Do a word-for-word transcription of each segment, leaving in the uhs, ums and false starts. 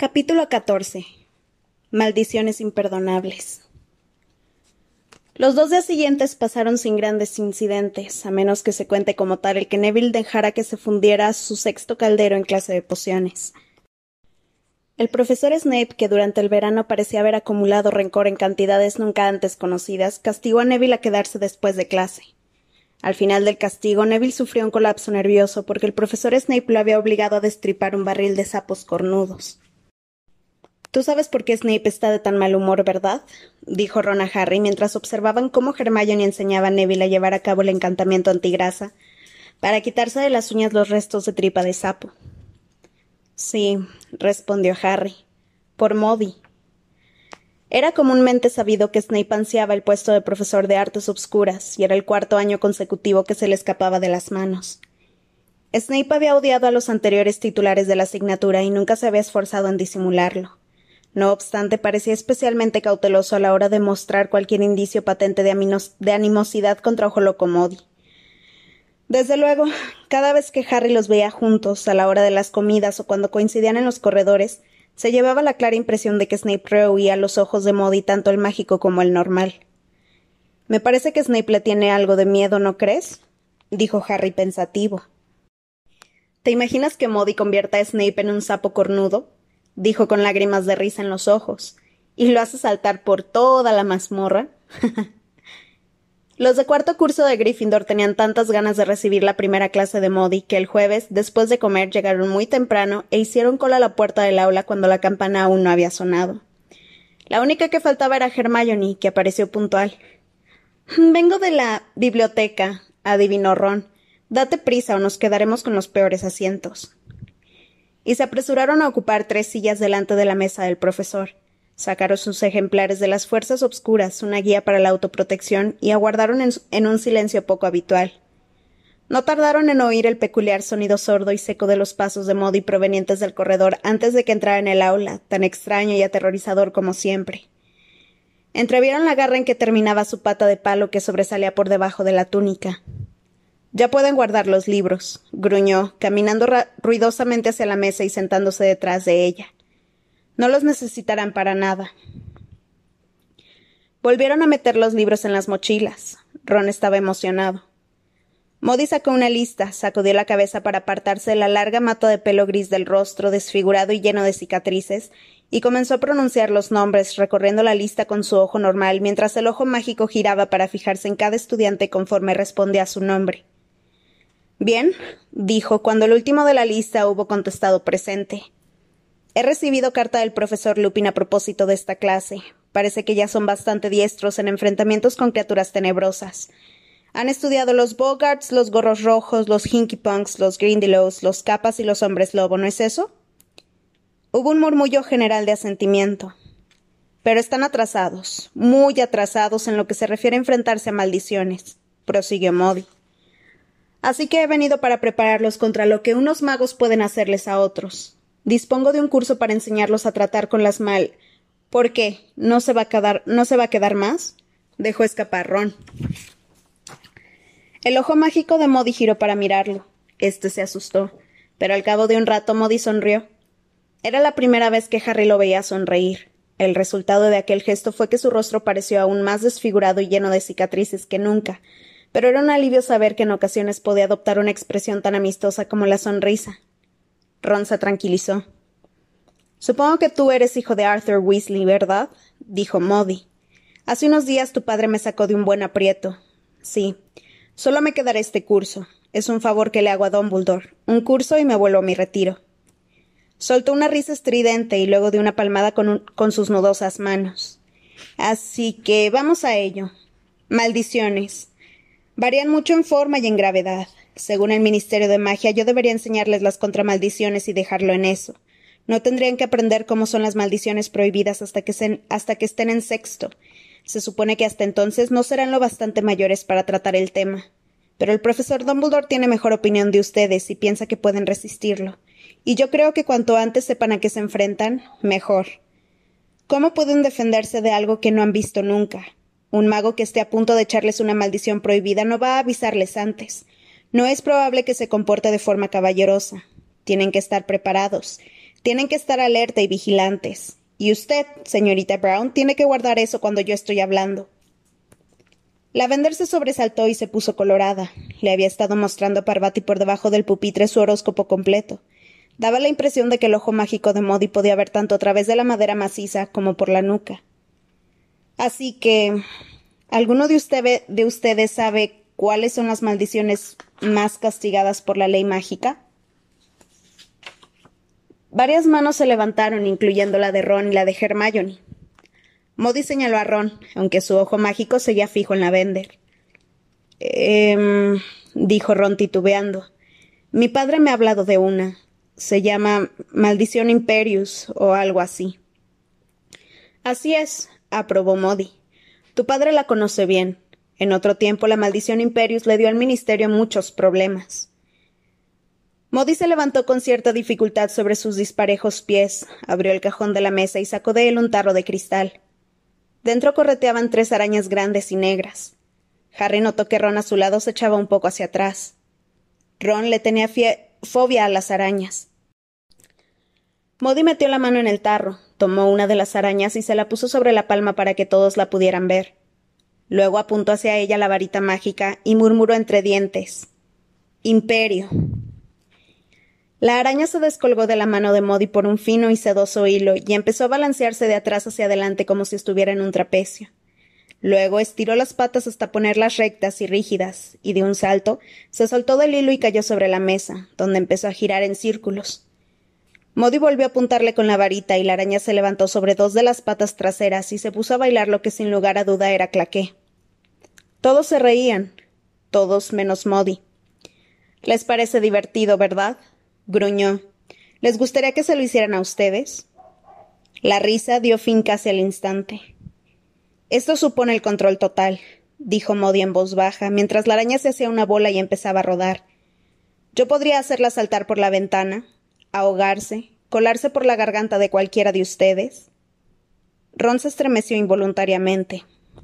Capítulo catorce. Maldiciones imperdonables. Los dos días siguientes pasaron sin grandes incidentes, a menos que se cuente como tal el que Neville dejara que se fundiera su sexto caldero en clase de pociones. El profesor Snape, que durante el verano parecía haber acumulado rencor en cantidades nunca antes conocidas, castigó a Neville a quedarse después de clase. Al final del castigo, Neville sufrió un colapso nervioso porque el profesor Snape lo había obligado a destripar un barril de sapos cornudos. «Tú sabes por qué Snape está de tan mal humor, ¿verdad?», dijo Ron a Harry mientras observaban cómo Hermione enseñaba a Neville a llevar a cabo el encantamiento antigrasa para quitarse de las uñas los restos de tripa de sapo. «Sí», respondió Harry, «por Modi». Era comúnmente sabido que Snape ansiaba el puesto de profesor de artes obscuras, y era el cuarto año consecutivo que se le escapaba de las manos. Snape había odiado a los anteriores titulares de la asignatura y nunca se había esforzado en disimularlo. No obstante, parecía especialmente cauteloso a la hora de mostrar cualquier indicio patente de, aminos- de animosidad contra Ojo Loco Modi. Desde luego, cada vez que Harry los veía juntos, a la hora de las comidas o cuando coincidían en los corredores, se llevaba la clara impresión de que Snape rehuía a los ojos de Modi tanto el mágico como el normal. «Me parece que Snape le tiene algo de miedo, ¿no crees?», dijo Harry pensativo. «¿Te imaginas que Modi convierta a Snape en un sapo cornudo?», dijo con lágrimas de risa en los ojos, «y lo hace saltar por toda la mazmorra». Los de cuarto curso de Gryffindor tenían tantas ganas de recibir la primera clase de Modi que el jueves, después de comer, llegaron muy temprano e hicieron cola a la puerta del aula cuando la campana aún no había sonado. La única que faltaba era Hermione, que apareció puntual. «Vengo de la biblioteca», adivinó Ron. «Date prisa o nos quedaremos con los peores asientos». Y se apresuraron a ocupar tres sillas delante de la mesa del profesor. Sacaron sus ejemplares de las fuerzas obscuras, una guía para la autoprotección, y aguardaron en, en un silencio poco habitual. No tardaron en oír el peculiar sonido sordo y seco de los pasos de Modi provenientes del corredor antes de que entrara en el aula, tan extraño y aterrorizador como siempre. Entrevieron la garra en que terminaba su pata de palo que sobresalía por debajo de la túnica. «Ya pueden guardar los libros», gruñó, caminando ruidosamente hacia la mesa y sentándose detrás de ella. «No los necesitarán para nada». Volvieron a meter los libros en las mochilas. Ron estaba emocionado. Modi sacó una lista, sacudió la cabeza para apartarse de la larga mata de pelo gris del rostro, desfigurado y lleno de cicatrices, y comenzó a pronunciar los nombres, recorriendo la lista con su ojo normal, mientras el ojo mágico giraba para fijarse en cada estudiante conforme respondía a su nombre. «Bien», dijo, cuando el último de la lista hubo contestado presente. «He recibido carta del profesor Lupin a propósito de esta clase. Parece que ya son bastante diestros en enfrentamientos con criaturas tenebrosas. Han estudiado los Boggarts, los Gorros Rojos, los Hinkypunks, los Grindylows, los Capas y los Hombres Lobo, ¿no es eso?» Hubo un murmullo general de asentimiento. «Pero están atrasados, muy atrasados en lo que se refiere a enfrentarse a maldiciones», prosiguió Modi. «Así que he venido para prepararlos contra lo que unos magos pueden hacerles a otros. Dispongo de un curso para enseñarlos a tratar con las mal... ¿Por qué? ¿No se va a quedar, no se va a quedar más?», dejó escapar Ron. El ojo mágico de Modi giró para mirarlo. Este se asustó, pero al cabo de un rato Modi sonrió. Era la primera vez que Harry lo veía sonreír. El resultado de aquel gesto fue que su rostro pareció aún más desfigurado y lleno de cicatrices que nunca, pero era un alivio saber que en ocasiones podía adoptar una expresión tan amistosa como la sonrisa. Ron se tranquilizó. «Supongo que tú eres hijo de Arthur Weasley, ¿verdad?», dijo Modi. «Hace unos días tu padre me sacó de un buen aprieto. Sí. Solo me quedará este curso. Es un favor que le hago a Dumbledore. Un curso y me vuelvo a mi retiro». Soltó una risa estridente y luego dio una palmada con, un, con sus nudosas manos. «Así que vamos a ello. Maldiciones. Varían mucho en forma y en gravedad. Según el Ministerio de Magia, yo debería enseñarles las contramaldiciones y dejarlo en eso. No tendrían que aprender cómo son las maldiciones prohibidas hasta que, se, hasta que estén en sexto. Se supone que hasta entonces no serán lo bastante mayores para tratar el tema. Pero el profesor Dumbledore tiene mejor opinión de ustedes y piensa que pueden resistirlo. Y yo creo que cuanto antes sepan a qué se enfrentan, mejor. ¿Cómo pueden defenderse de algo que no han visto nunca? Un mago que esté a punto de echarles una maldición prohibida no va a avisarles antes. No es probable que se comporte de forma caballerosa. Tienen que estar preparados. Tienen que estar alerta y vigilantes. Y usted, señorita Brown, tiene que guardar eso cuando yo estoy hablando. Lavender se sobresaltó y se puso colorada. Le había estado mostrando a Parvati por debajo del pupitre su horóscopo completo. Daba la impresión de que el ojo mágico de Modi podía ver tanto a través de la madera maciza como por la nuca. Así que, ¿alguno de, usted, de ustedes sabe cuáles son las maldiciones más castigadas por la ley mágica? Varias manos se levantaron, incluyendo la de Ron y la de Hermione. Modi señaló a Ron, aunque su ojo mágico seguía fijo en Lavender. Eh, dijo Ron titubeando. Mi padre me ha hablado de una. Se llama Maldición Imperius o algo así. Así es, aprobó Modi. Tu padre la conoce bien. En otro tiempo la Maldición Imperius le dio al ministerio muchos problemas. Modi se levantó con cierta dificultad sobre sus disparejos pies, abrió el cajón de la mesa y sacó de él un tarro de cristal. Dentro correteaban tres arañas grandes y negras. Harry notó que Ron a su lado se echaba un poco hacia atrás. Ron le tenía fobia a las arañas. Modi metió la mano en el tarro, tomó una de las arañas y se la puso sobre la palma para que todos la pudieran ver. Luego apuntó hacia ella la varita mágica y murmuró entre dientes. Imperio. La araña se descolgó de la mano de Modi por un fino y sedoso hilo y empezó a balancearse de atrás hacia adelante como si estuviera en un trapecio. Luego estiró las patas hasta ponerlas rectas y rígidas, y de un salto se soltó del hilo y cayó sobre la mesa, donde empezó a girar en círculos. Modi volvió a apuntarle con la varita y la araña se levantó sobre dos de las patas traseras y se puso a bailar lo que sin lugar a duda era claqué. Todos se reían, todos menos Modi. «Les parece divertido, ¿verdad?», gruñó. «¿Les gustaría que se lo hicieran a ustedes?». La risa dio fin casi al instante. «Esto supone el control total», dijo Modi en voz baja, mientras la araña se hacía una bola y empezaba a rodar. «Yo podría hacerla saltar por la ventana, ahogarse, colarse por la garganta de cualquiera de ustedes». Ron se estremeció involuntariamente.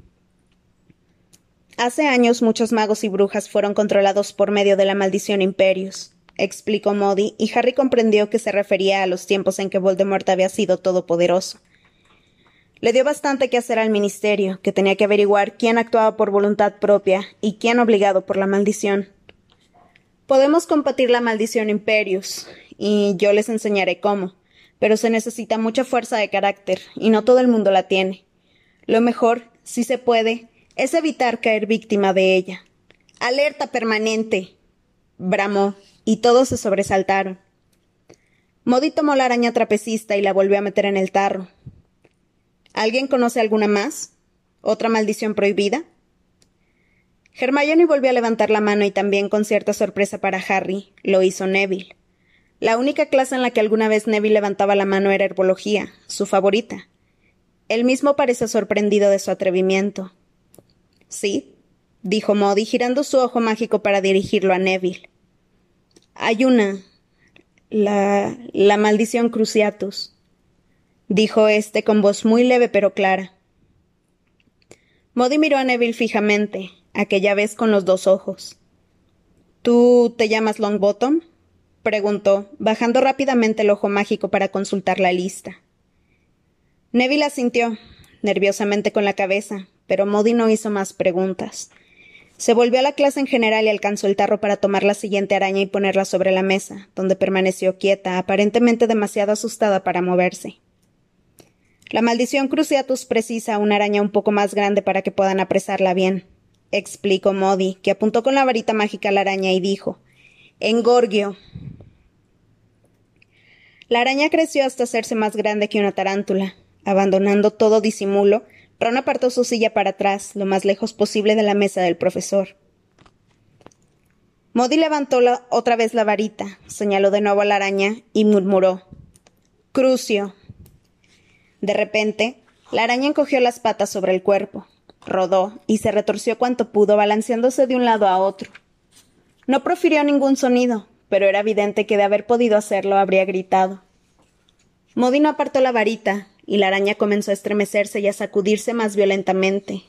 Hace años muchos magos y brujas fueron controlados por medio de la maldición Imperius, explicó Modi, y Harry comprendió que se refería a los tiempos en que Voldemort había sido todopoderoso. Le dio bastante que hacer al ministerio, que tenía que averiguar quién actuaba por voluntad propia y quién obligado por la maldición. Podemos combatir la maldición Imperius, y yo les enseñaré cómo, pero se necesita mucha fuerza de carácter, y no todo el mundo la tiene. Lo mejor, si se puede, es evitar caer víctima de ella. «¡Alerta permanente!», bramó, y todos se sobresaltaron. Modi tomó la araña trapecista y la volvió a meter en el tarro. ¿Alguien conoce alguna más? ¿Otra maldición prohibida? Hermione volvió a levantar la mano y también, con cierta sorpresa para Harry, lo hizo Neville. La única clase en la que alguna vez Neville levantaba la mano era herbología, su favorita. Él mismo parecía sorprendido de su atrevimiento. «Sí», dijo Modi, girando su ojo mágico para dirigirlo a Neville. «Hay una... la... la maldición Cruciatus», dijo éste con voz muy leve pero clara. Modi miró a Neville fijamente, aquella vez con los dos ojos. «¿Tú te llamas Longbottom?», preguntó, bajando rápidamente el ojo mágico para consultar la lista. Neville asintió, nerviosamente con la cabeza, pero Modi no hizo más preguntas. Se volvió a la clase en general y alcanzó el tarro para tomar la siguiente araña y ponerla sobre la mesa, donde permaneció quieta, aparentemente demasiado asustada para moverse. «La maldición Cruciatus precisa una araña un poco más grande para que puedan apresarla bien», explicó Modi, que apuntó con la varita mágica a la araña y dijo: «Engorgio». La araña creció hasta hacerse más grande que una tarántula. Abandonando todo disimulo, Ron apartó su silla para atrás, lo más lejos posible de la mesa del profesor. Modi levantó la, otra vez la varita, señaló de nuevo a la araña y murmuró: «Crucio». De repente, la araña encogió las patas sobre el cuerpo, rodó y se retorció cuanto pudo, balanceándose de un lado a otro. No profirió ningún sonido, pero era evidente que de haber podido hacerlo habría gritado. Modi no apartó la varita, y la araña comenzó a estremecerse y a sacudirse más violentamente.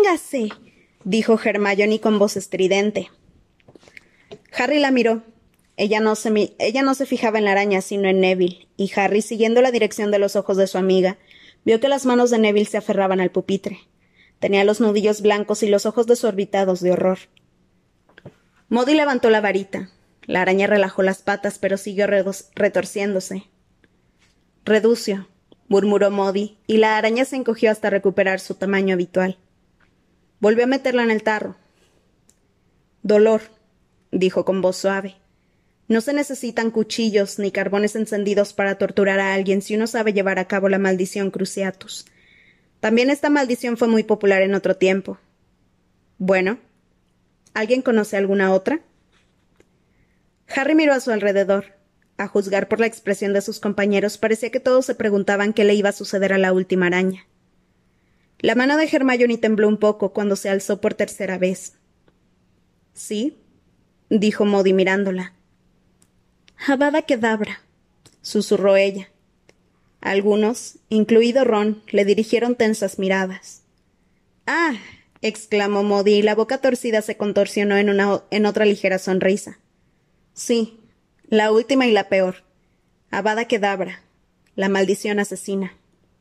«¡Deténgase!», dijo Hermione con voz estridente. Harry la miró. Ella no, se mi- ella no se fijaba en la araña, sino en Neville, y Harry, siguiendo la dirección de los ojos de su amiga, vio que las manos de Neville se aferraban al pupitre. Tenía los nudillos blancos y los ojos desorbitados de horror. Modi levantó la varita. La araña relajó las patas, pero siguió retorciéndose. Reducio, murmuró Modi, y la araña se encogió hasta recuperar su tamaño habitual. Volvió a meterla en el tarro. Dolor, dijo con voz suave. No se necesitan cuchillos ni carbones encendidos para torturar a alguien si uno sabe llevar a cabo la maldición Cruciatus. También esta maldición fue muy popular en otro tiempo. Bueno, ¿alguien conoce alguna otra? Harry miró a su alrededor. A juzgar por la expresión de sus compañeros, parecía que todos se preguntaban qué le iba a suceder a la última araña. La mano de Hermione tembló un poco cuando se alzó por tercera vez. —¿Sí? —dijo Modi mirándola. —Avada Kedavra —susurró ella. Algunos, incluido Ron, le dirigieron tensas miradas. —¡Ah! —exclamó Modi, y la boca torcida se contorsionó en, una, en otra ligera sonrisa. —Sí, la última y la peor. Avada Kedavra, la maldición asesina.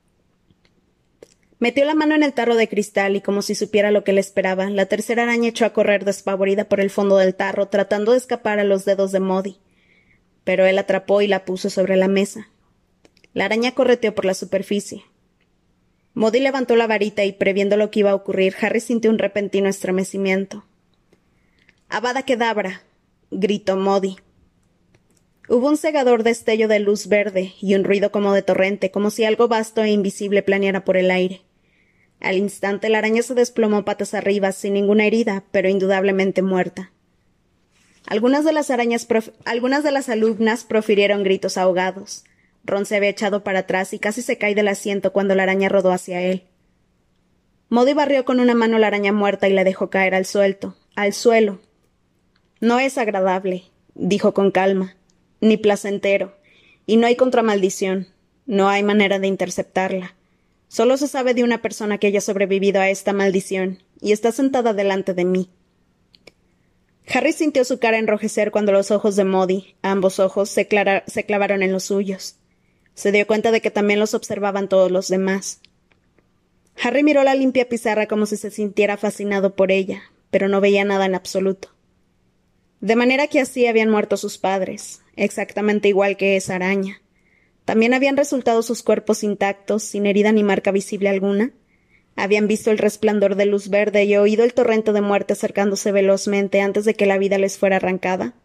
Metió la mano en el tarro de cristal y, como si supiera lo que le esperaba, la tercera araña echó a correr despavorida por el fondo del tarro, tratando de escapar a los dedos de Modi. Pero él atrapó y la puso sobre la mesa. La araña correteó por la superficie. Modi levantó la varita y, previendo lo que iba a ocurrir, Harry sintió un repentino estremecimiento. —¡Avada Kedavra! —gritó Modi. Hubo un cegador destello de luz verde y un ruido como de torrente, como si algo vasto e invisible planeara por el aire. Al instante la araña se desplomó patas arriba, sin ninguna herida, pero indudablemente muerta. Algunas de las arañas prof- algunas de las alumnas profirieron gritos ahogados. Ron se había echado para atrás y casi se cae del asiento cuando la araña rodó hacia él. Modi barrió con una mano la araña muerta y la dejó caer al suelto, al suelo. No es agradable, dijo con calma, ni placentero, y no hay contramaldición, no hay manera de interceptarla. Solo se sabe de una persona que haya sobrevivido a esta maldición, y está sentada delante de mí. Harry sintió su cara enrojecer cuando los ojos de Modi, ambos ojos, se, clara- se clavaron en los suyos. Se dio cuenta de que también los observaban todos los demás. Harry miró la limpia pizarra como si se sintiera fascinado por ella, pero no veía nada en absoluto. De manera que así habían muerto sus padres, exactamente igual que esa araña. También habían resultado sus cuerpos intactos, sin herida ni marca visible alguna. Habían visto el resplandor de luz verde y oído el torrente de muerte acercándose velozmente antes de que la vida les fuera arrancada.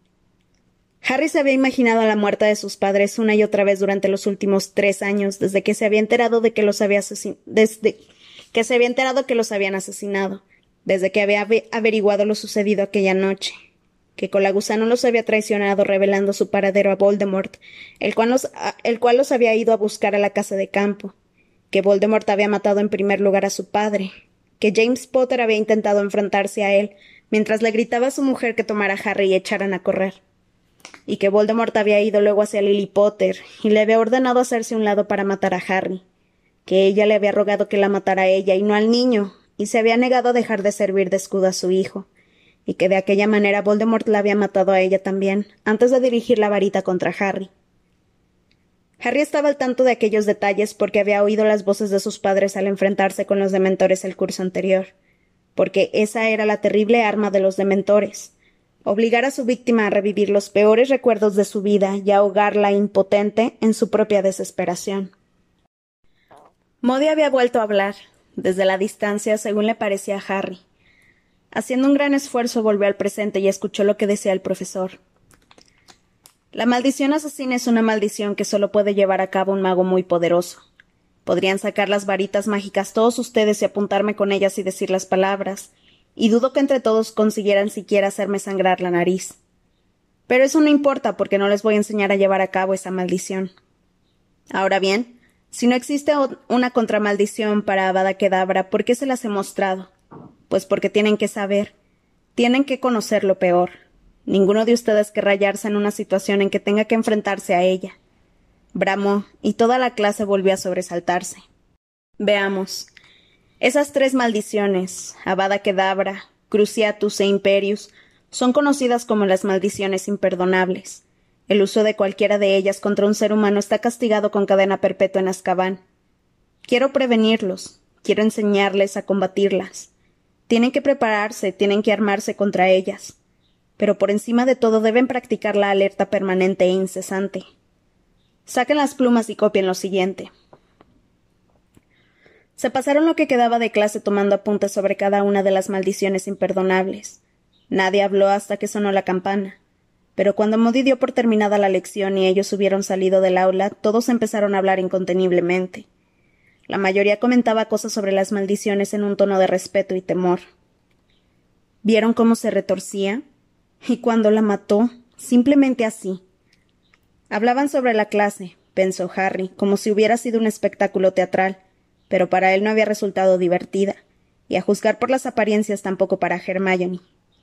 Harry se había imaginado la muerte de sus padres una y otra vez durante los últimos tres años, desde que se había enterado de que los había asesin- desde que se había enterado que los habían asesinado, desde que había averiguado lo sucedido aquella noche, que Colagusano los había traicionado revelando su paradero a Voldemort, el cual los, el cual los había ido a buscar a la casa de campo, que Voldemort había matado en primer lugar a su padre, que James Potter había intentado enfrentarse a él mientras le gritaba a su mujer que tomara a Harry y echaran a correr, y que Voldemort había ido luego hacia Lily Potter y le había ordenado hacerse a un lado para matar a Harry, que ella le había rogado que la matara a ella y no al niño, y se había negado a dejar de servir de escudo a su hijo, y que de aquella manera Voldemort la había matado a ella también, antes de dirigir la varita contra Harry. Harry estaba al tanto de aquellos detalles porque había oído las voces de sus padres al enfrentarse con los dementores el curso anterior, porque esa era la terrible arma de los dementores, obligar a su víctima a revivir los peores recuerdos de su vida y ahogarla impotente en su propia desesperación. Modi había vuelto a hablar, desde la distancia, según le parecía a Harry. Haciendo un gran esfuerzo volvió al presente y escuchó lo que decía el profesor. La maldición asesina es una maldición que solo puede llevar a cabo un mago muy poderoso. Podrían sacar las varitas mágicas todos ustedes y apuntarme con ellas y decir las palabras, y dudo que entre todos consiguieran siquiera hacerme sangrar la nariz. Pero eso no importa porque no les voy a enseñar a llevar a cabo esa maldición. Ahora bien, si no existe una contramaldición para Avada Kedavra, ¿por qué se las he mostrado? Pues porque tienen que saber, tienen que conocer lo peor. Ninguno de ustedes querrá hallarse en una situación en que tenga que enfrentarse a ella. Bramó, y toda la clase volvió a sobresaltarse. Veamos. Esas tres maldiciones, Avada Kedavra, Cruciatus e Imperius, Son conocidas como las maldiciones imperdonables. El uso de cualquiera de ellas contra un ser humano está castigado con cadena perpetua en Azkaban. Quiero prevenirlos, quiero enseñarles a combatirlas. Tienen que prepararse, tienen que armarse contra ellas. Pero por encima de todo deben practicar la alerta permanente e incesante. Saquen las plumas y copien lo siguiente. Se pasaron lo que quedaba de clase tomando apuntes sobre cada una de las maldiciones imperdonables. Nadie habló hasta que sonó la campana. Pero cuando Modi dio por terminada la lección y ellos hubieron salido del aula, todos empezaron a hablar inconteniblemente. La mayoría comentaba cosas sobre las maldiciones en un tono de respeto y temor. ¿Vieron cómo se retorcía? Y cuando la mató, simplemente así. Hablaban sobre la clase, pensó Harry, como si hubiera sido un espectáculo teatral, pero para él no había resultado divertida, y a juzgar por las apariencias tampoco para Hermione.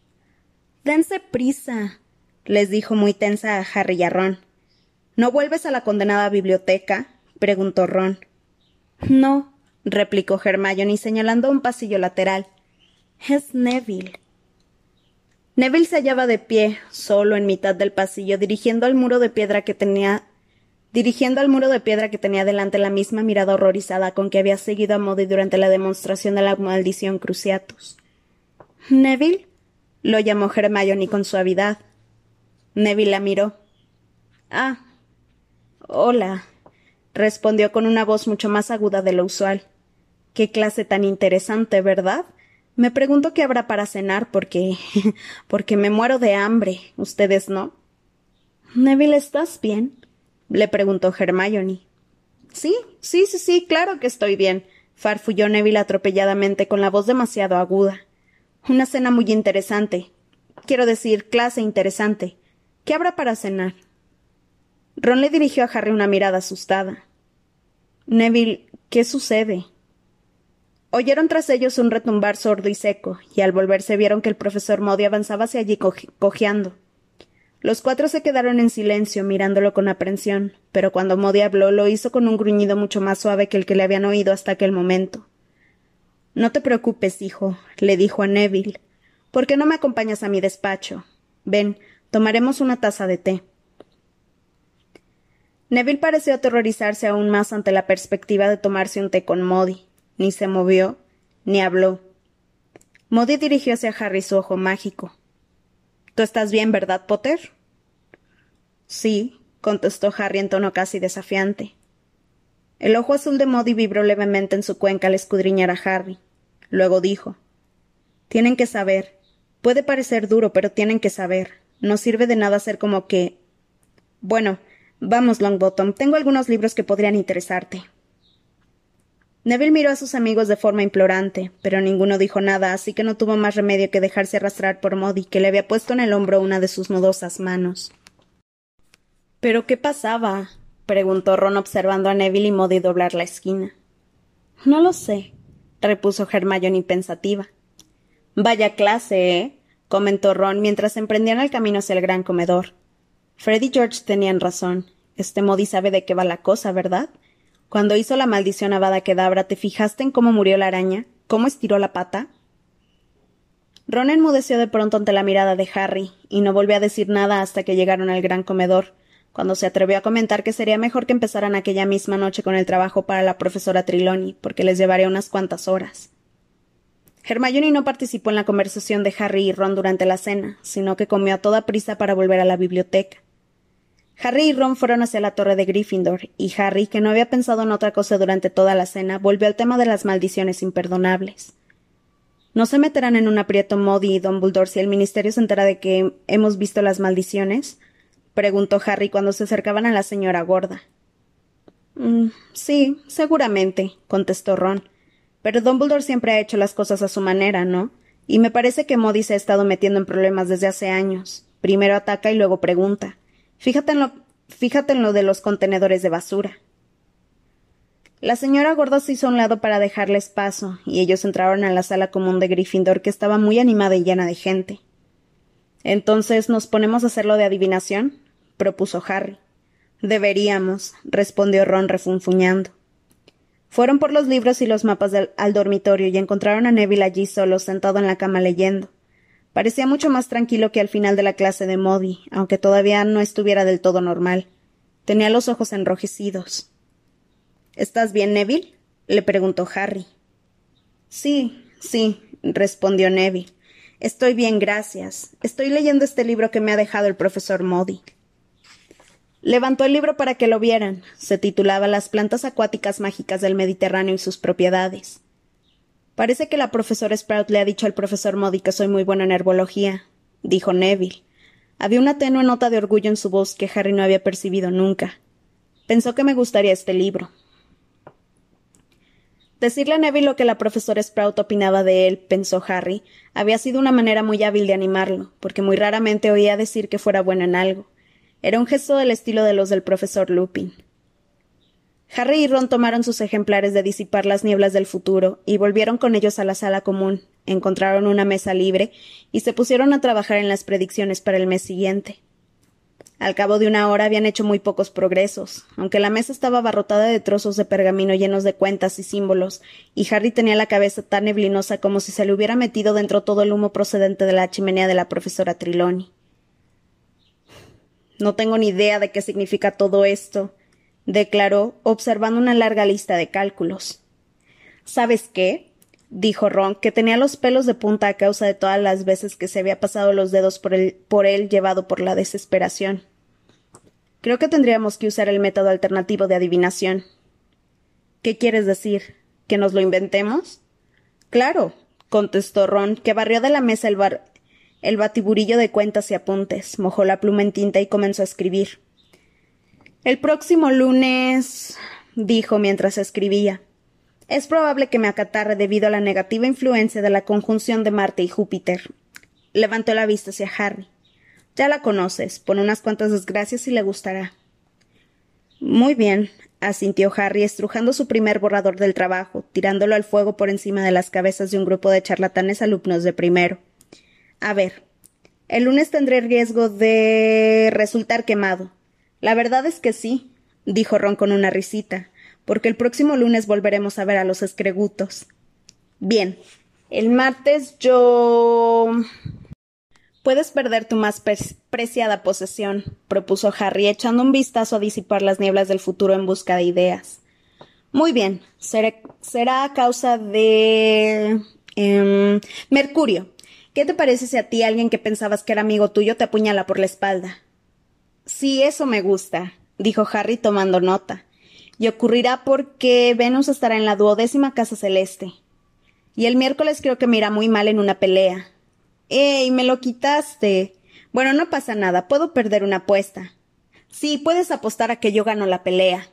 «Dense prisa», les dijo muy tensa a Harry y a Ron. «¿No vuelves a la condenada biblioteca?», preguntó Ron. «No», replicó Hermione señalando un pasillo lateral. «Es Neville». Neville se hallaba de pie, solo en mitad del pasillo, dirigiendo al muro de piedra que tenía dirigiendo al muro de piedra que tenía delante la misma mirada horrorizada con que había seguido a Modi durante la demostración de la maldición Cruciatus. «¿Neville?», lo llamó Hermione con suavidad. Neville la miró. «Ah, hola», respondió con una voz mucho más aguda de lo usual. «Qué clase tan interesante, ¿verdad? Me pregunto qué habrá para cenar porque... porque me muero de hambre. ¿Ustedes no?» «Neville, ¿estás bien?», le preguntó Hermione. «Sí, sí, sí, sí, claro que estoy bien», farfulló Neville atropelladamente con la voz demasiado aguda. «Una cena muy interesante. Quiero decir, clase interesante. ¿Qué habrá para cenar?» Ron le dirigió a Harry una mirada asustada. «Neville, ¿qué sucede?» Oyeron tras ellos un retumbar sordo y seco, y al volverse vieron que el profesor Modi avanzaba hacia allí coje cojeando. Los cuatro se quedaron en silencio, mirándolo con aprensión, pero cuando Modi habló lo hizo con un gruñido mucho más suave que el que le habían oído hasta aquel momento. «No te preocupes, hijo», le dijo a Neville. «¿Por qué no me acompañas a mi despacho? Ven, tomaremos una taza de té». Neville pareció aterrorizarse aún más ante la perspectiva de tomarse un té con Modi. Ni se movió, ni habló. Modi dirigió hacia Harry su ojo mágico. «¿Tú estás bien, verdad, Potter?» «Sí», contestó Harry en tono casi desafiante. El ojo azul de Modi vibró levemente en su cuenca al escudriñar a Harry. Luego dijo: «Tienen que saber. Puede parecer duro, pero tienen que saber. No sirve de nada hacer como que... Bueno, vamos, Longbottom, tengo algunos libros que podrían interesarte». Neville miró a sus amigos de forma implorante, pero ninguno dijo nada, así que no tuvo más remedio que dejarse arrastrar por Modi, que le había puesto en el hombro una de sus nudosas manos. «¿Pero qué pasaba?», preguntó Ron observando a Neville y Modi doblar la esquina. «No lo sé», repuso Hermione pensativa. «Vaya clase, ¿eh?», comentó Ron mientras emprendían el camino hacia el gran comedor. Fred y George tenían razón. Este Modi sabe de qué va la cosa, ¿verdad? Cuando hizo la maldición Avada Kedavra, ¿te fijaste en cómo murió la araña? ¿Cómo estiró la pata? Ron enmudeció de pronto ante la mirada de Harry, y no volvió a decir nada hasta que llegaron al gran comedor, cuando se atrevió a comentar que sería mejor que empezaran aquella misma noche con el trabajo para la profesora Trelawney, porque les llevaría unas cuantas horas. Hermione no participó en la conversación de Harry y Ron durante la cena, sino que comió a toda prisa para volver a la biblioteca. Harry y Ron fueron hacia la torre de Gryffindor, y Harry, que no había pensado en otra cosa durante toda la cena, volvió al tema de las maldiciones imperdonables. ¿No se meterán en un aprieto Modi y Dumbledore si el ministerio se entera de que hemos visto las maldiciones?, preguntó Harry cuando se acercaban a la señora gorda. Mm, sí, seguramente, contestó Ron. Pero Dumbledore siempre ha hecho las cosas a su manera, ¿no? Y me parece que Modi se ha estado metiendo en problemas desde hace años. Primero ataca y luego pregunta. Fíjate en lo, fíjate en lo de los contenedores de basura. La señora gorda se hizo a un lado para dejarles paso, y ellos entraron a la sala común de Gryffindor, que estaba muy animada y llena de gente. «¿Entonces nos ponemos a hacerlo de adivinación?», propuso Harry. «Deberíamos», respondió Ron refunfuñando. Fueron por los libros y los mapas del, al dormitorio y encontraron a Neville allí solo, sentado en la cama leyendo. Parecía mucho más tranquilo que al final de la clase de Modi, aunque todavía no estuviera del todo normal. Tenía los ojos enrojecidos. —¿Estás bien, Neville? —le preguntó Harry. —Sí, sí —respondió Neville—. Estoy bien, gracias. Estoy leyendo este libro que me ha dejado el profesor Modi. Levantó el libro para que lo vieran. Se titulaba Las plantas acuáticas mágicas del Mediterráneo y sus propiedades. —Parece que la profesora Sprout le ha dicho al profesor Modi que soy muy bueno en herbología —dijo Neville. Había una tenue nota de orgullo en su voz que Harry no había percibido nunca. Pensó que me gustaría este libro. Decirle a Neville lo que la profesora Sprout opinaba de él, pensó Harry, había sido una manera muy hábil de animarlo, porque muy raramente oía decir que fuera bueno en algo. Era un gesto del estilo de los del profesor Lupin. Harry y Ron tomaron sus ejemplares de Disipar las nieblas del futuro y volvieron con ellos a la sala común, encontraron una mesa libre y se pusieron a trabajar en las predicciones para el mes siguiente. Al cabo de una hora habían hecho muy pocos progresos, aunque la mesa estaba abarrotada de trozos de pergamino llenos de cuentas y símbolos, y Harry tenía la cabeza tan neblinosa como si se le hubiera metido dentro todo el humo procedente de la chimenea de la profesora Trelawney. «No tengo ni idea de qué significa todo esto», declaró, observando una larga lista de cálculos. «¿Sabes qué?», dijo Ron, que tenía los pelos de punta a causa de todas las veces que se había pasado los dedos por, el, por él llevado por la desesperación. «Creo que tendríamos que usar el método alternativo de adivinación». «¿Qué quieres decir? ¿Que nos lo inventemos?» «Claro», contestó Ron, que barrió de la mesa el, bar, el batiburillo de cuentas y apuntes, mojó la pluma en tinta y comenzó a escribir. «El próximo lunes», dijo mientras escribía, «es probable que me acatarre debido a la negativa influencia de la conjunción de Marte y Júpiter». Levantó la vista hacia Harry. «Ya la conoces. Pon unas cuantas desgracias y le gustará». «Muy bien», asintió Harry, estrujando su primer borrador del trabajo, tirándolo al fuego por encima de las cabezas de un grupo de charlatanes alumnos de primero. «A ver, el lunes tendré riesgo de resultar quemado». «La verdad es que sí», dijo Ron con una risita, «porque el próximo lunes volveremos a ver a los escregutos». «Bien, el martes yo...» «Puedes perder tu más preciada posesión», propuso Harry, echando un vistazo a disipar las nieblas del futuro en busca de ideas. «Muy bien, seré, será a causa de... Eh, Mercurio. ¿Qué te parece si a ti alguien que pensabas que era amigo tuyo te apuñala por la espalda?» «Sí, eso me gusta», dijo Harry tomando nota. «Y ocurrirá porque Venus estará en la duodécima casa celeste. Y el miércoles creo que me irá muy mal en una pelea». «¡Ey, me lo quitaste! Bueno, no pasa nada, puedo perder una apuesta». «Sí, puedes apostar a que yo gano la pelea».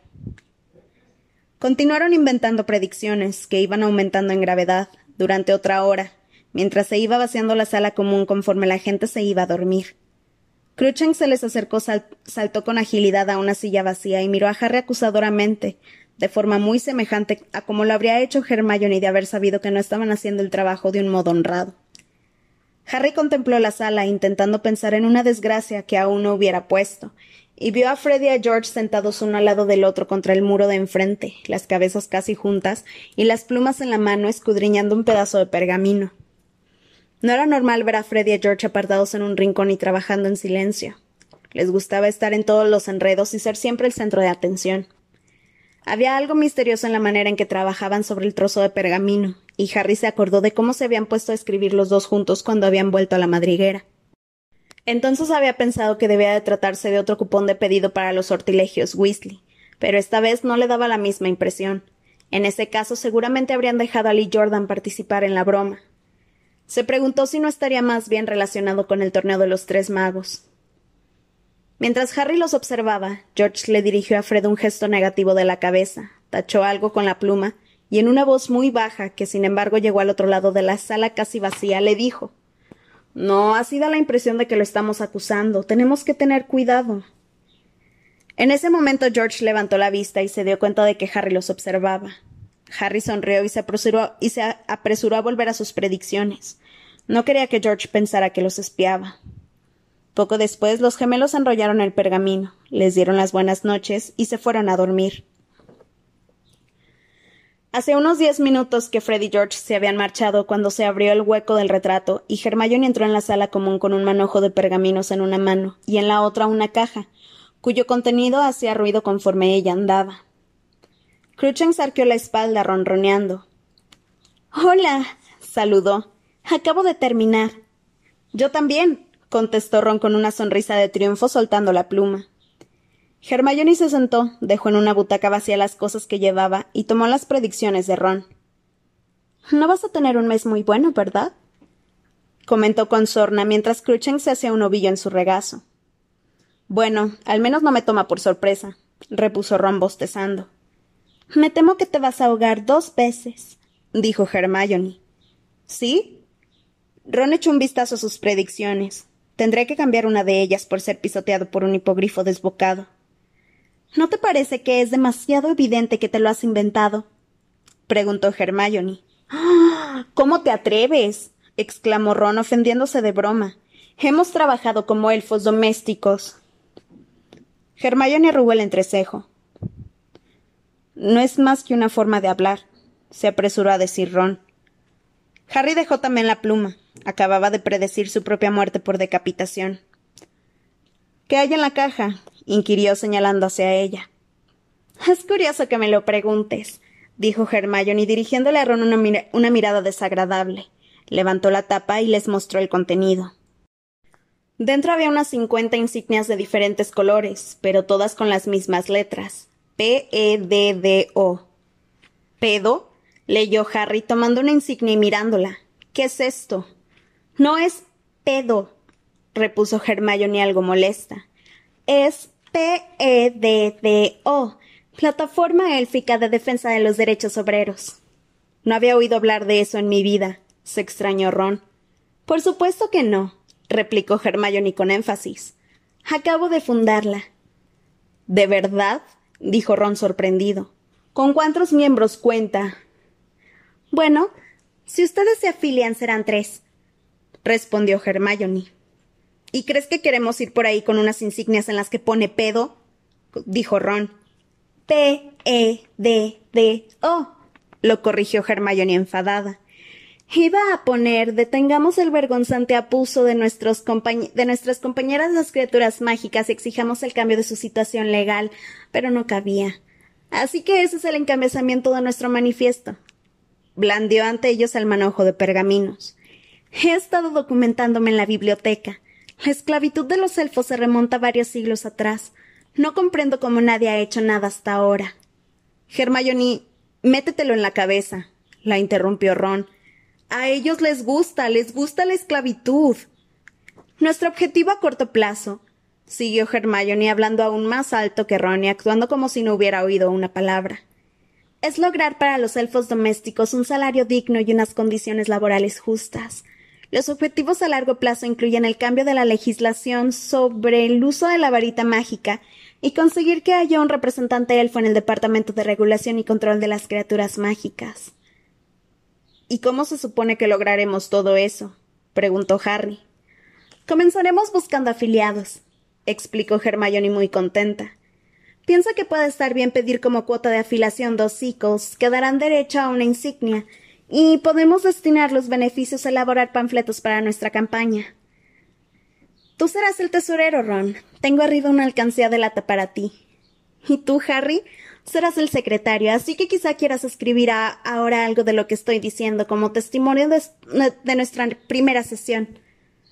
Continuaron inventando predicciones, que iban aumentando en gravedad, durante otra hora, mientras se iba vaciando la sala común conforme la gente se iba a dormir. Cruikshank se les acercó, sal saltó con agilidad a una silla vacía y miró a Harry acusadoramente, de forma muy semejante a como lo habría hecho Hermione de haber sabido que no estaban haciendo el trabajo de un modo honrado. Harry contempló la sala, intentando pensar en una desgracia que aún no hubiera puesto, y vio a Fred y a George sentados uno al lado del otro contra el muro de enfrente, las cabezas casi juntas y las plumas en la mano escudriñando un pedazo de pergamino. No era normal ver a Fred y a George apartados en un rincón y trabajando en silencio. Les gustaba estar en todos los enredos y ser siempre el centro de atención. Había algo misterioso en la manera en que trabajaban sobre el trozo de pergamino, y Harry se acordó de cómo se habían puesto a escribir los dos juntos cuando habían vuelto a la madriguera. Entonces había pensado que debía de tratarse de otro cupón de pedido para los sortilegios Weasley, pero esta vez no le daba la misma impresión. En ese caso seguramente habrían dejado a Lee Jordan participar en la broma. Se preguntó si no estaría más bien relacionado con el torneo de los Tres Magos. Mientras Harry los observaba, George le dirigió a Fred un gesto negativo de la cabeza, tachó algo con la pluma, y en una voz muy baja, que sin embargo llegó al otro lado de la sala casi vacía, le dijo: «No, así da la impresión de que lo estamos acusando. Tenemos que tener cuidado». En ese momento George levantó la vista y se dio cuenta de que Harry los observaba. Harry sonrió y se apresuró, y se apresuró a volver a sus predicciones. No quería que George pensara que los espiaba. Poco después los gemelos enrollaron el pergamino, les dieron las buenas noches y se fueron a dormir. Hacía unos diez minutos que Fred y George se habían marchado cuando se abrió el hueco del retrato y Hermione entró en la sala común con un manojo de pergaminos en una mano y en la otra una caja, cuyo contenido hacía ruido conforme ella andaba. Cruikshanks arqueó la espalda ronroneando. «Hola», saludó. «Acabo de terminar». «Yo también», contestó Ron con una sonrisa de triunfo soltando la pluma. Hermione se sentó, dejó en una butaca vacía las cosas que llevaba y tomó las predicciones de Ron. «No vas a tener un mes muy bueno, ¿verdad?», comentó con sorna mientras Cruikshanks se hacía un ovillo en su regazo. «Bueno, al menos no me toma por sorpresa», repuso Ron bostezando. «Me temo que te vas a ahogar dos veces», dijo Hermione. «¿Sí?» Ron echó un vistazo a sus predicciones. Tendré que cambiar una de ellas por ser pisoteado por un hipogrifo desbocado. «¿No te parece que es demasiado evidente que te lo has inventado?», preguntó Hermione. «¡Ah! ¿Cómo te atreves?», exclamó Ron, ofendiéndose de broma. «Hemos trabajado como elfos domésticos». Hermione arrugó el entrecejo. «No es más que una forma de hablar», se apresuró a decir Ron. Harry dejó también la pluma. Acababa de predecir su propia muerte por decapitación. «¿Qué hay en la caja?», inquirió señalando hacia ella. «Es curioso que me lo preguntes», dijo Hermione dirigiéndole a Ron una, mir- una mirada desagradable. Levantó la tapa y les mostró el contenido. Dentro había unas cincuenta insignias de diferentes colores, pero todas con las mismas letras. P E D D O. «¿Pedo?», leyó Harry tomando una insignia y mirándola. «¿Qué es esto?». «No es pedo», repuso Hermione algo molesta. «Es P E D D O, Plataforma Élfica de Defensa de los Derechos Obreros». «No había oído hablar de eso en mi vida», se extrañó Ron. «Por supuesto que no», replicó Hermione con énfasis. «Acabo de fundarla». «¿De verdad?», dijo Ron sorprendido. «¿Con cuántos miembros cuenta?». «Bueno, si ustedes se afilian serán tres», respondió Hermione. «¿Y crees que queremos ir por ahí con unas insignias en las que pone pedo?», dijo Ron. «P E D D O», lo corrigió Hermione enfadada. «Iba a poner detengamos el vergonzante abuso de, nuestros compañ- de nuestras compañeras las criaturas mágicas y exijamos el cambio de su situación legal, pero no cabía. Así que ese es el encabezamiento de nuestro manifiesto». Blandió ante ellos el manojo de pergaminos. «He estado documentándome en la biblioteca. La esclavitud de los elfos se remonta varios siglos atrás. No comprendo cómo nadie ha hecho nada hasta ahora». «Hermione, métetelo en la cabeza», la interrumpió Ron. «A ellos les gusta, les gusta la esclavitud». «Nuestro objetivo a corto plazo», siguió Hermione hablando aún más alto que Ron y actuando como si no hubiera oído una palabra, «es lograr para los elfos domésticos un salario digno y unas condiciones laborales justas. Los objetivos a largo plazo incluyen el cambio de la legislación sobre el uso de la varita mágica y conseguir que haya un representante elfo en el Departamento de Regulación y Control de las Criaturas Mágicas». «¿Y cómo se supone que lograremos todo eso?», preguntó Harry. «Comenzaremos buscando afiliados», explicó Hermione muy contenta. «Piensa que puede estar bien pedir como cuota de afiliación dos sicles, que darán derecho a una insignia, y podemos destinar los beneficios a elaborar panfletos para nuestra campaña». «Tú serás el tesorero, Ron. Tengo arriba una alcancía de lata para ti». «Y tú, Harry, serás el secretario, así que quizá quieras escribir a, ahora algo de lo que estoy diciendo como testimonio de, de nuestra primera sesión».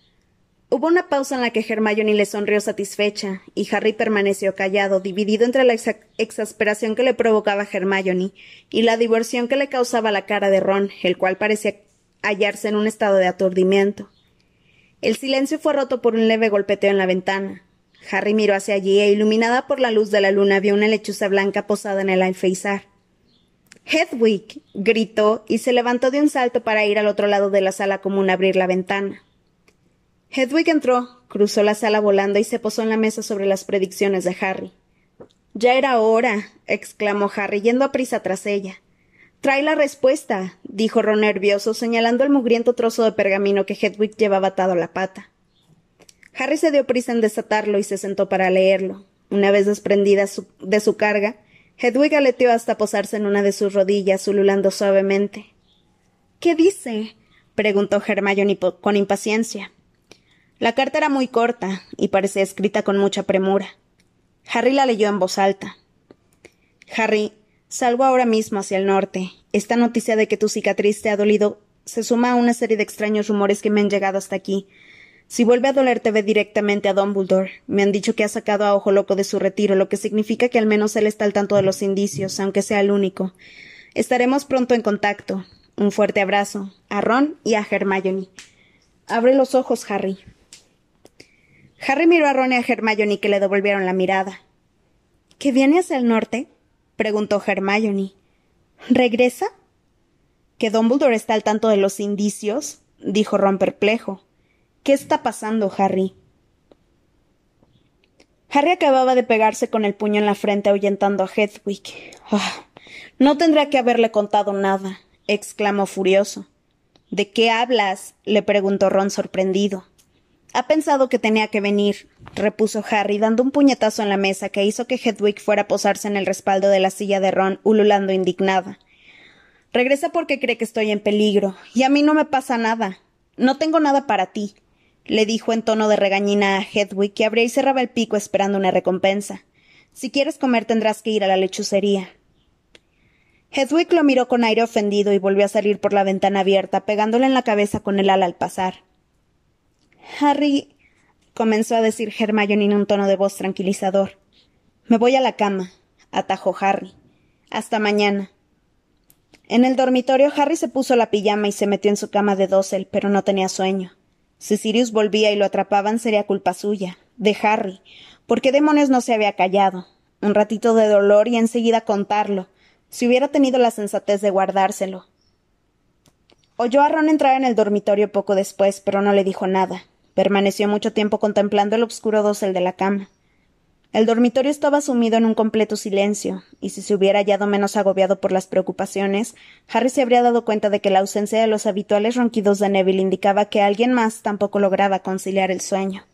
Hubo una pausa en la que Hermione le sonrió satisfecha, y Harry permaneció callado, dividido entre la exa exasperación que le provocaba Hermione y la diversión que le causaba la cara de Ron, el cual parecía hallarse en un estado de aturdimiento. El silencio fue roto por un leve golpeteo en la ventana. Harry miró hacia allí e, iluminada por la luz de la luna, vio una lechuza blanca posada en el alféizar. «Hedwig», gritó, y se levantó de un salto para ir al otro lado de la sala común a abrir la ventana. Hedwig entró, cruzó la sala volando y se posó en la mesa sobre las predicciones de Harry. «Ya era hora», exclamó Harry, yendo a prisa tras ella. «Trae la respuesta», dijo Ron nervioso, señalando el mugriento trozo de pergamino que Hedwig llevaba atado a la pata. Harry se dio prisa en desatarlo y se sentó para leerlo. Una vez desprendida su, de su carga, Hedwig aleteó hasta posarse en una de sus rodillas, ululando suavemente. —¿Qué dice? —preguntó Hermione con impaciencia. La carta era muy corta y parecía escrita con mucha premura. Harry la leyó en voz alta. Harry, salgo ahora mismo hacia el norte. Esta noticia de que tu cicatriz te ha dolido se suma a una serie de extraños rumores que me han llegado hasta aquí. Si vuelve a dolerte, ve directamente a Dumbledore. Me han dicho que ha sacado a Ojo Loco de su retiro, lo que significa que al menos él está al tanto de los indicios, aunque sea el único. Estaremos pronto en contacto. Un fuerte abrazo. A Ron y a Hermione. Abre los ojos, Harry. Harry miró a Ron y a Hermione, que le devolvieron la mirada. —¿Que viene hacia el norte? —preguntó Hermione. —¿Regresa? —¿Que Dumbledore está al tanto de los indicios? —dijo Ron perplejo. —¿Qué está pasando, Harry? Harry acababa de pegarse con el puño en la frente ahuyentando a Hedwig. Oh, no tendría que haberle contado nada —exclamó furioso. —¿De qué hablas? —le preguntó Ron sorprendido. —Ha pensado que tenía que venir —repuso Harry, dando un puñetazo en la mesa que hizo que Hedwig fuera a posarse en el respaldo de la silla de Ron, ululando indignada. —Regresa porque cree que estoy en peligro, y a mí no me pasa nada. No tengo nada para ti —le dijo en tono de regañina a Hedwig, que abría y cerraba el pico esperando una recompensa. Si quieres comer tendrás que ir a la lechucería. Hedwig lo miró con aire ofendido y volvió a salir por la ventana abierta, pegándole en la cabeza con el ala al pasar. —Harry —comenzó a decir Hermione en un tono de voz tranquilizador—. Me voy a la cama —atajó Harry—. Hasta mañana. En el dormitorio Harry se puso la pijama y se metió en su cama de dosel, pero no tenía sueño. Si Sirius volvía y lo atrapaban sería culpa suya, de Harry. ¿Por qué demonios no se había callado? Un ratito de dolor y enseguida contarlo. Si hubiera tenido la sensatez de guardárselo. Oyó a Ron entrar en el dormitorio poco después, pero no le dijo nada. Permaneció mucho tiempo contemplando el oscuro dosel de la cama. El dormitorio estaba sumido en un completo silencio, y si se hubiera hallado menos agobiado por las preocupaciones, Harry se habría dado cuenta de que la ausencia de los habituales ronquidos de Neville indicaba que alguien más tampoco lograba conciliar el sueño.